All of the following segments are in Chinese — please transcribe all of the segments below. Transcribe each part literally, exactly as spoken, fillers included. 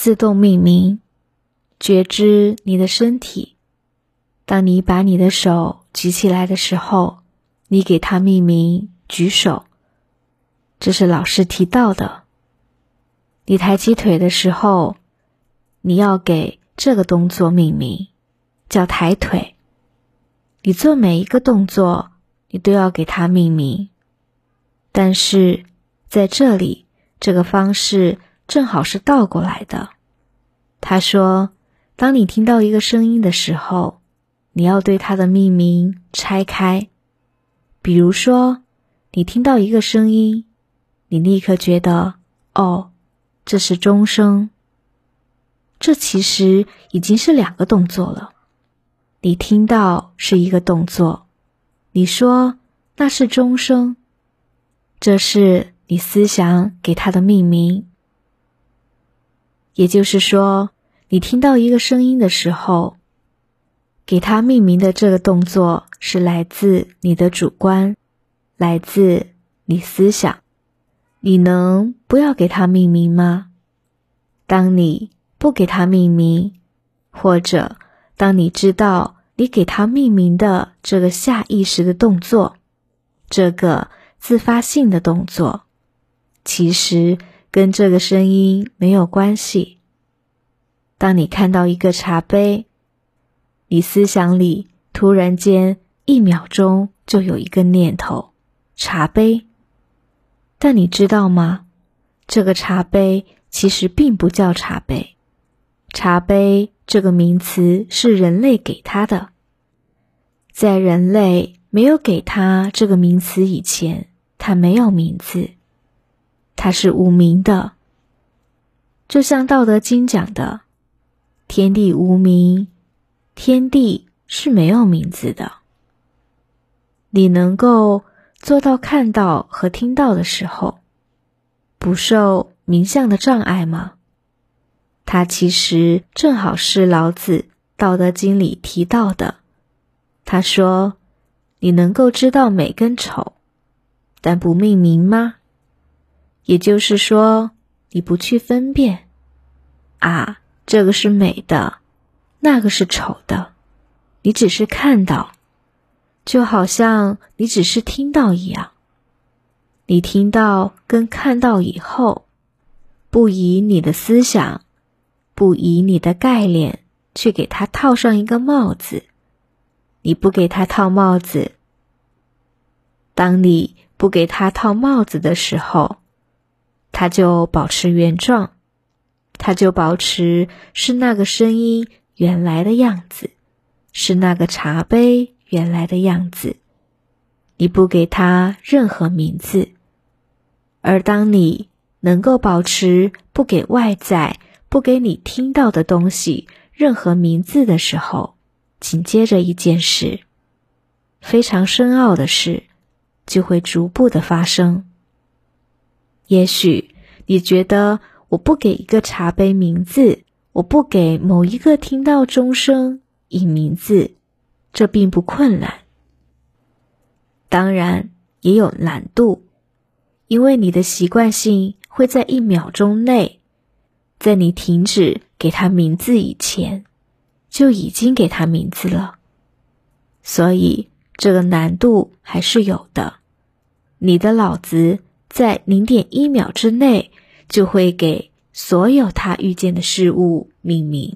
自动命名，觉知你的身体。当你把你的手举起来的时候，你给它命名，举手。这是老师提到的。你抬起腿的时候，你要给这个动作命名，叫抬腿。你做每一个动作，你都要给它命名。但是在这里，这个方式正好是倒过来的。他说，当你听到一个声音的时候，你要对它的命名拆开。比如说，你听到一个声音，你立刻觉得，哦，这是钟声。这其实已经是两个动作了。你听到是一个动作，你说那是钟声，这是你思想给它的命名。也就是说，你听到一个声音的时候，给它命名的这个动作是来自你的主观，来自你思想。你能不要给它命名吗？当你不给它命名，或者当你知道你给它命名的这个下意识的动作，这个自发性的动作，其实跟这个声音没有关系。当你看到一个茶杯，你思想里突然间一秒钟就有一个念头，茶杯。但你知道吗？这个茶杯其实并不叫茶杯。茶杯这个名词是人类给它的。在人类没有给它这个名词以前，它没有名字，它是无名的。就像《道德经》讲的，天地无名，天地是没有名字的。你能够做到看到和听到的时候，不受名相的障碍吗？它其实正好是老子《道德经》里提到的。他说，你能够知道美跟丑，但不命名吗？也就是说，你不去分辨，啊，这个是美的，那个是丑的，你只是看到，就好像你只是听到一样。你听到跟看到以后，不以你的思想，不以你的概念去给它套上一个帽子。你不给它套帽子，当你不给它套帽子的时候，它就保持原状，它就保持是那个声音原来的样子，是那个茶杯原来的样子。你不给它任何名字。而当你能够保持不给外在，不给你听到的东西任何名字的时候，紧接着一件事，非常深奥的事，就会逐步的发生。也许你觉得我不给一个茶杯名字，我不给某一个听到钟声以名字，这并不困难。当然也有难度，因为你的习惯性会在一秒钟内，在你停止给它名字以前，就已经给它名字了。所以这个难度还是有的。你的脑子在 零点一 秒之内就会给所有它遇见的事物命名。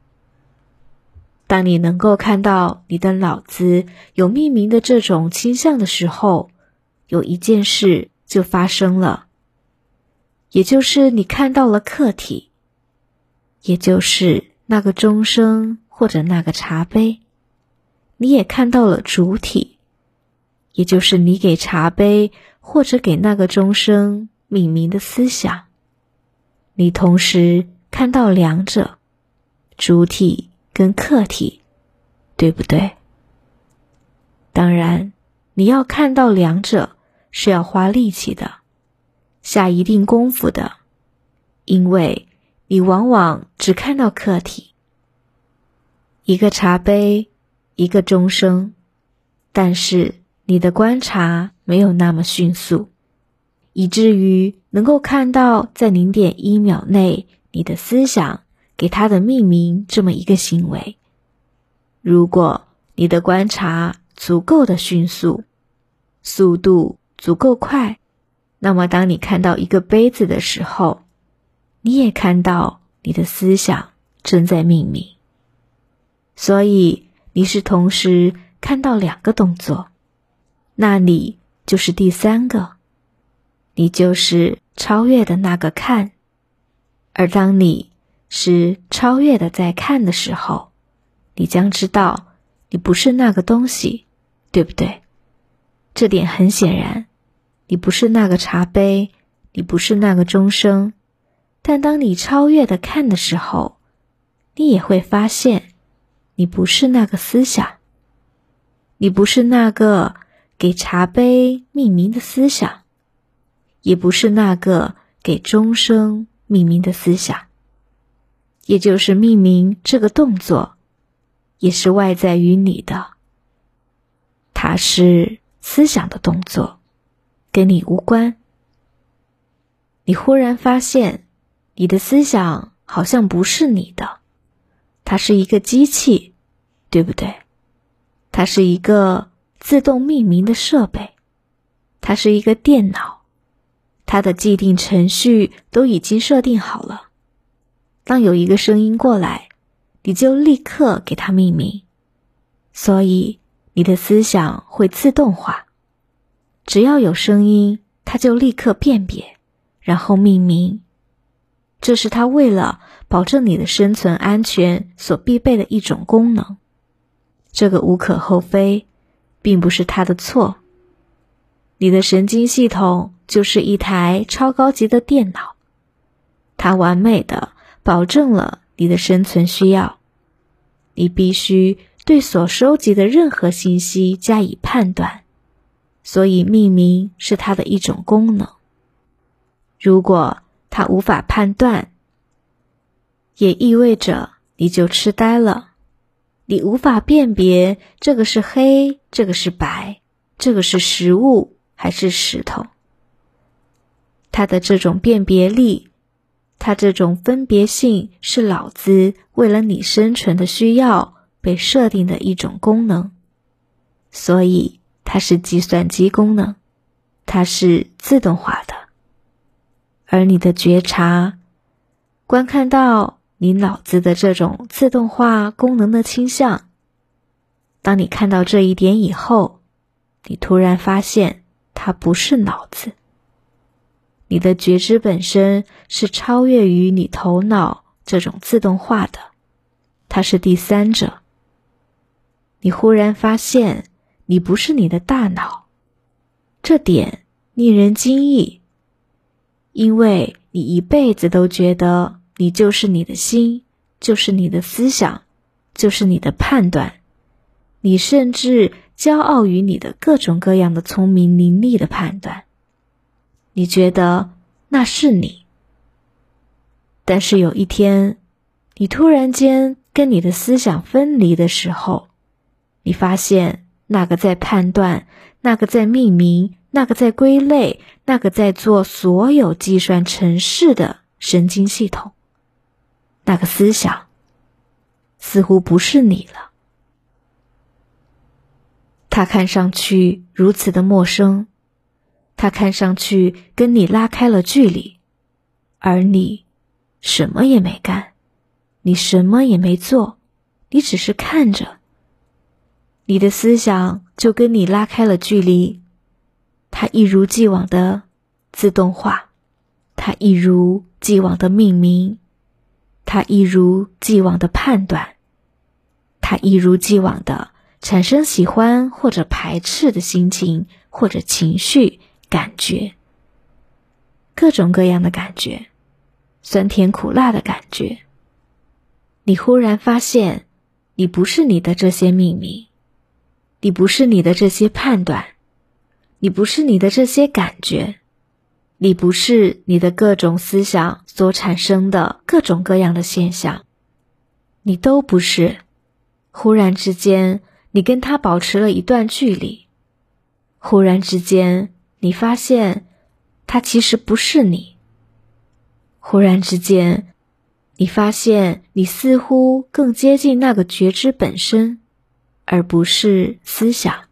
当你能够看到你的脑子有命名的这种倾向的时候，有一件事就发生了，也就是你看到了客体，也就是那个钟声或者那个茶杯。你也看到了主体，也就是你给茶杯或者给那个钟声命名的思想。你同时看到两者，主体跟客体，对不对？当然，你要看到两者是要花力气的，下一定功夫的，因为你往往只看到客体，一个茶杯，一个钟声，但是你的观察没有那么迅速，以至于能够看到在 零点一 秒内你的思想给它的命名这么一个行为。如果你的观察足够的迅速，速度足够快，那么当你看到一个杯子的时候，你也看到你的思想正在命名。所以你是同时看到两个动作，那你就是第三个，你就是超越的那个看。而当你是超越的在看的时候，你将知道你不是那个东西，对不对？这点很显然，你不是那个茶杯，你不是那个钟声。但当你超越的看的时候，你也会发现你不是那个思想，你不是那个给茶杯命名的思想，也不是那个给钟声命名的思想。也就是命名这个动作也是外在于你的，它是思想的动作，跟你无关。你忽然发现你的思想好像不是你的，它是一个机器，对不对？它是一个自动命名的设备，它是一个电脑，它的既定程序都已经设定好了。当有一个声音过来，你就立刻给它命名，所以你的思想会自动化。只要有声音，它就立刻辨别，然后命名。这是它为了保证你的生存安全所必备的一种功能。这个无可厚非，并不是它的错。你的神经系统就是一台超高级的电脑，它完美的保证了你的生存需要。你必须对所收集的任何信息加以判断，所以命名是它的一种功能。如果它无法判断，也意味着你就痴呆了。你无法辨别这个是黑，这个是白，这个是食物还是石头。它的这种辨别力，它这种分别性是脑子为了你生存的需要被设定的一种功能，所以它是计算机功能，它是自动化的。而你的觉察，观看到你脑子的这种自动化功能的倾向，当你看到这一点以后，你突然发现它不是脑子。你的觉知本身是超越于你头脑这种自动化的，它是第三者。你忽然发现你不是你的大脑，这点令人惊异，因为你一辈子都觉得你就是你的心，就是你的思想，就是你的判断，你甚至骄傲于你的各种各样的聪明伶俐的判断，你觉得那是你。但是有一天，你突然间跟你的思想分离的时候，你发现那个在判断，那个在命名，那个在归类，那个在做所有计算程式的神经系统，那个思想似乎不是你了。它看上去如此的陌生，它看上去跟你拉开了距离，而你什么也没干，你什么也没做，你只是看着。你的思想就跟你拉开了距离，它一如既往的自动化，它一如既往的命名，它一如既往的判断，它一如既往的产生喜欢或者排斥的心情或者情绪感觉，各种各样的感觉，酸甜苦辣的感觉。你忽然发现你不是你的这些命名，你不是你的这些判断，你不是你的这些感觉，你不是你的各种思想所产生的各种各样的现象，你都不是。忽然之间，你跟它保持了一段距离，忽然之间，你发现它其实不是你，忽然之间， 你发现你似乎更接近那个觉知本身，而不是思想。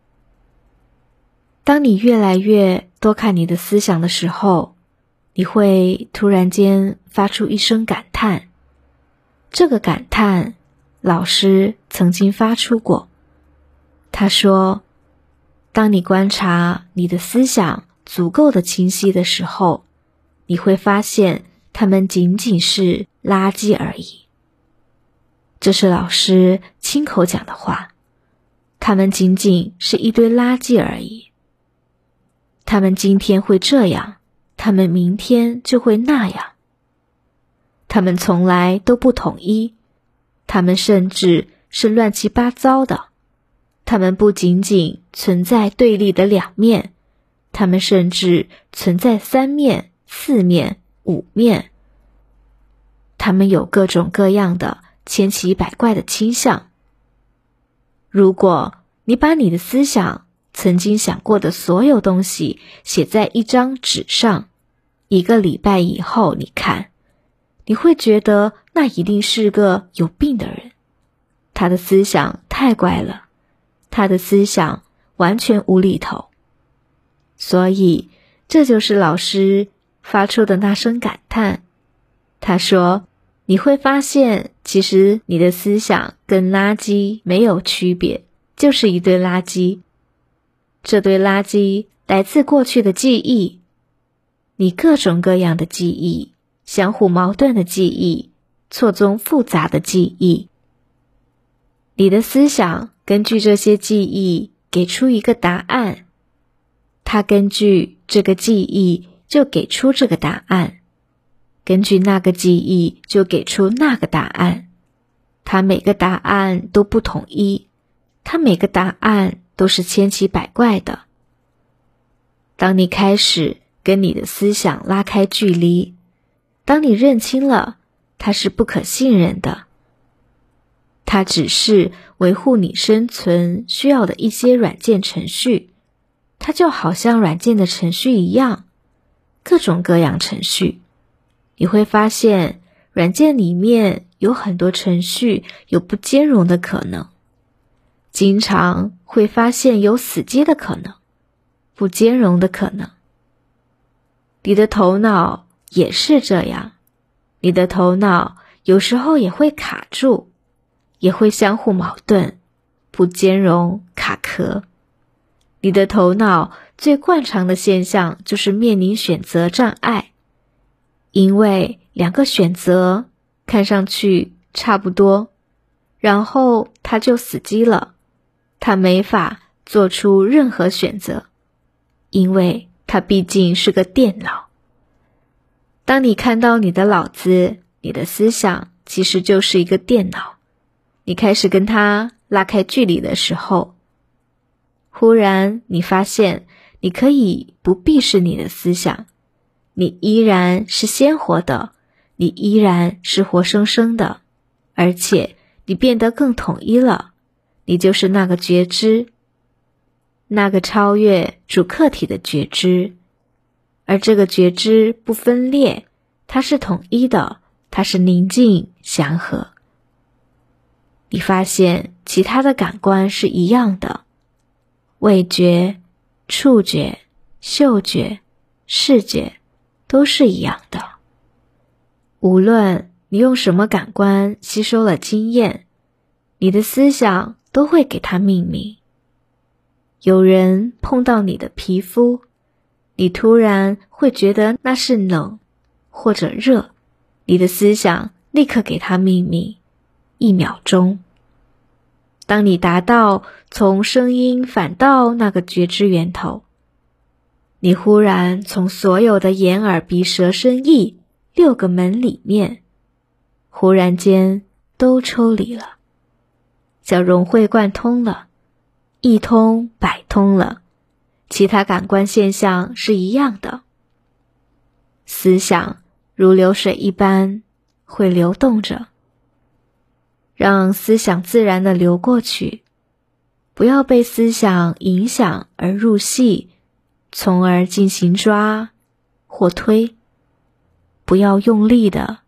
当你越来越多看你的思想的时候，你会突然间发出一声感叹。这个感叹，老师曾经发出过。他说，当你观察你的思想足够的清晰的时候，你会发现它们仅仅是垃圾而已。这是老师亲口讲的话，它们仅仅是一堆垃圾而已。他们今天会这样，他们明天就会那样。他们从来都不统一，他们甚至是乱七八糟的。他们不仅仅存在对立的两面，他们甚至存在三面、四面、五面。他们有各种各样的千奇百怪的倾向。如果你把你的思想曾经想过的所有东西写在一张纸上，一个礼拜以后你看，你会觉得那一定是个有病的人。他的思想太怪了，他的思想完全无厘头。所以这就是老师发出的那声感叹。他说，你会发现其实你的思想跟垃圾没有区别，就是一堆垃圾。这堆垃圾来自过去的记忆，你各种各样的记忆，相互矛盾的记忆，错综复杂的记忆。你的思想根据这些记忆给出一个答案，它根据这个记忆就给出这个答案，根据那个记忆就给出那个答案。它每个答案都不统一，它每个答案都是千奇百怪的。当你开始跟你的思想拉开距离，当你认清了它是不可信任的，它只是维护你生存需要的一些软件程序，它就好像软件的程序一样，各种各样程序。你会发现软件里面有很多程序有不兼容的可能，经常会发现有死机的可能，不兼容的可能。你的头脑也是这样，你的头脑有时候也会卡住，也会相互矛盾，不兼容，卡壳。你的头脑最惯常的现象就是面临选择障碍，因为两个选择看上去差不多，然后它就死机了，它没法做出任何选择，因为它毕竟是个电脑。当你看到你的脑子，你的思想其实就是一个电脑，你开始跟它拉开距离的时候，忽然你发现你可以不必是你的思想，你依然是鲜活的，你依然是活生生的，而且你变得更统一了，你就是那个觉知，那个超越主客体的觉知。而这个觉知不分裂，它是统一的，它是宁静祥和。你发现其他的感官是一样的，味觉、触觉、嗅觉、视觉都是一样的。无论你用什么感官吸收了经验，你的思想都会给它命名。有人碰到你的皮肤，你突然会觉得那是冷或者热，你的思想立刻给它命名，一秒钟。当你达到从声音返到那个觉知源头，你忽然从所有的眼耳鼻舌身意六个门里面，忽然间都抽离了，像融会贯通了，一通百通了，其他感官现象是一样的。思想如流水一般会流动着，让思想自然地流过去，不要被思想影响而入戏，从而进行抓或推，不要用力地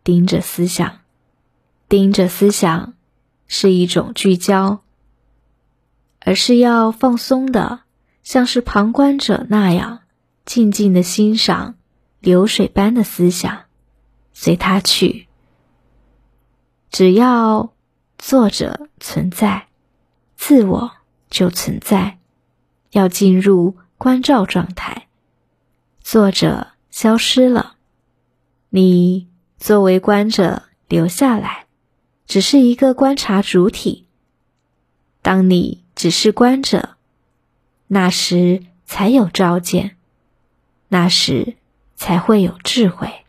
盯着思想。盯着思想是一种聚焦，而是要放松的，像是旁观者那样静静地欣赏流水般的思想，随它去。只要作者存在，自我就存在。要进入关照状态，作者消失了，你作为观者留下来，只是一个观察主体。当你只是观者，那时才有照见，那时才会有智慧。